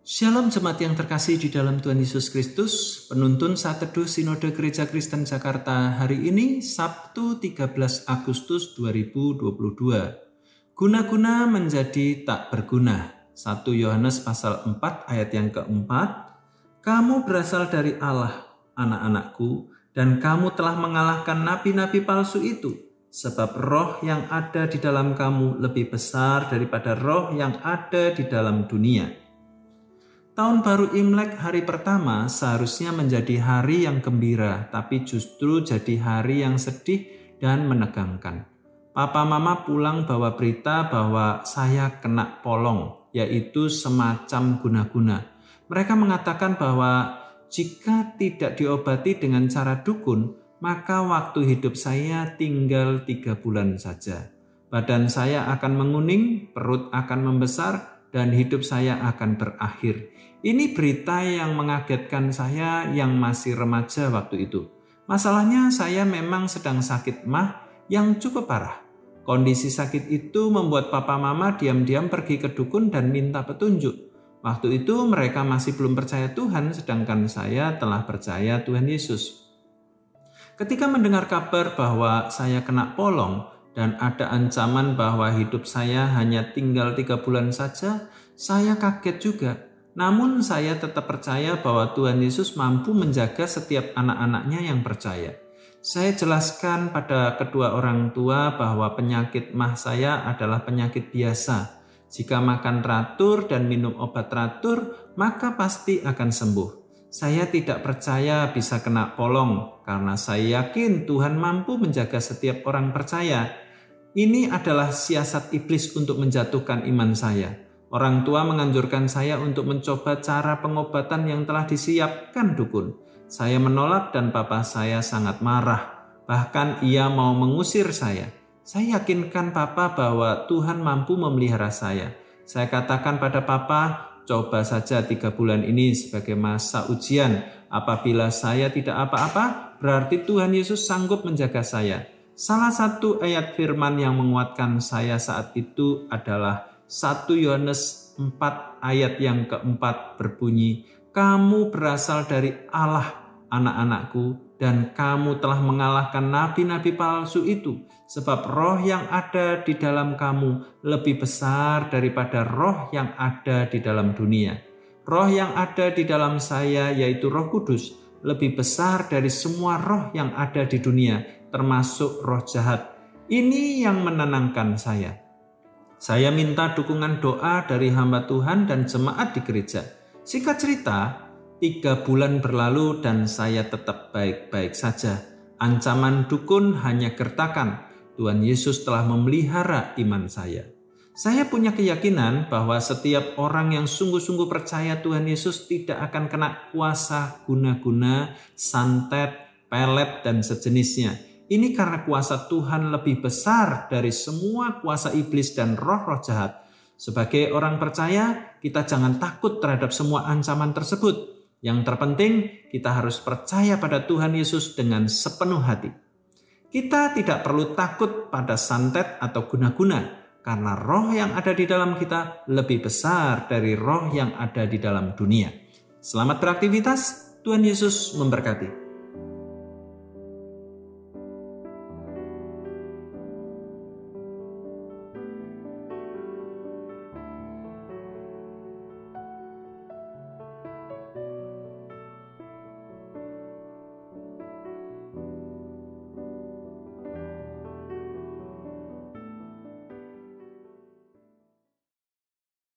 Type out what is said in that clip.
Shalom jemaat yang terkasih di dalam Tuhan Yesus Kristus. Penuntun Saat Teduh Sinode Gereja Kristen Jakarta hari ini Sabtu 13 Agustus 2022. Guna-guna menjadi tak berguna. 1 Yohanes pasal 4 ayat yang keempat. Kamu berasal dari Allah, anak-anakku, dan kamu telah mengalahkan nabi-nabi palsu itu. Sebab roh yang ada di dalam kamu lebih besar daripada roh yang ada di dalam dunia. Tahun baru Imlek hari pertama seharusnya menjadi hari yang gembira, tapi justru jadi hari yang sedih dan menegangkan. Papa mama pulang bawa berita bahwa saya kena polong, yaitu semacam guna-guna. Mereka mengatakan bahwa jika tidak diobati dengan cara dukun, maka waktu hidup saya tinggal 3 bulan saja. Badan saya akan menguning, perut akan membesar, dan hidup saya akan berakhir. Ini berita yang mengagetkan saya yang masih remaja waktu itu. Masalahnya saya memang sedang sakit MAH yang cukup parah. Kondisi sakit itu membuat papa mama diam-diam pergi ke dukun dan minta petunjuk. Waktu itu mereka masih belum percaya Tuhan, sedangkan saya telah percaya Tuhan Yesus. Ketika mendengar kabar bahwa saya kena polong dan ada ancaman bahwa hidup saya hanya tinggal 3 bulan saja, saya kaget juga. Namun saya tetap percaya bahwa Tuhan Yesus mampu menjaga setiap anak-anaknya yang percaya. Saya jelaskan pada kedua orang tua bahwa penyakit MAH saya adalah penyakit biasa. Jika makan teratur dan minum obat teratur, maka pasti akan sembuh. Saya tidak percaya bisa kena polong karena saya yakin Tuhan mampu menjaga setiap orang percaya. Ini adalah siasat iblis untuk menjatuhkan iman saya. Orang tua menganjurkan saya untuk mencoba cara pengobatan yang telah disiapkan dukun. Saya menolak dan papa saya sangat marah. Bahkan ia mau mengusir saya. Saya yakinkan papa bahwa Tuhan mampu memelihara saya. Saya katakan pada papa, coba saja 3 bulan ini sebagai masa ujian. Apabila saya tidak apa-apa, berarti Tuhan Yesus sanggup menjaga saya. Salah satu ayat firman yang menguatkan saya saat itu adalah 1 Yohanes 4 ayat yang keempat berbunyi, kamu berasal dari Allah, anak-anakku, dan kamu telah mengalahkan nabi-nabi palsu itu, sebab roh yang ada di dalam kamu lebih besar daripada roh yang ada di dalam dunia. Roh yang ada di dalam saya, yaitu Roh Kudus, lebih besar dari semua roh yang ada di dunia, termasuk roh jahat. Ini yang menenangkan saya. Saya minta dukungan doa dari hamba Tuhan dan jemaat di gereja. Singkat cerita, 3 bulan berlalu dan saya tetap baik-baik saja. Ancaman dukun hanya gertakan. Tuhan Yesus telah memelihara iman saya. Saya punya keyakinan bahwa setiap orang yang sungguh-sungguh percaya Tuhan Yesus tidak akan kena kuasa guna-guna, santet, pelet, dan sejenisnya. Ini karena kuasa Tuhan lebih besar dari semua kuasa iblis dan roh-roh jahat. Sebagai orang percaya, kita jangan takut terhadap semua ancaman tersebut. Yang terpenting, kita harus percaya pada Tuhan Yesus dengan sepenuh hati. Kita tidak perlu takut pada santet atau guna-guna, karena roh yang ada di dalam kita lebih besar dari roh yang ada di dalam dunia. Selamat beraktivitas, Tuhan Yesus memberkati.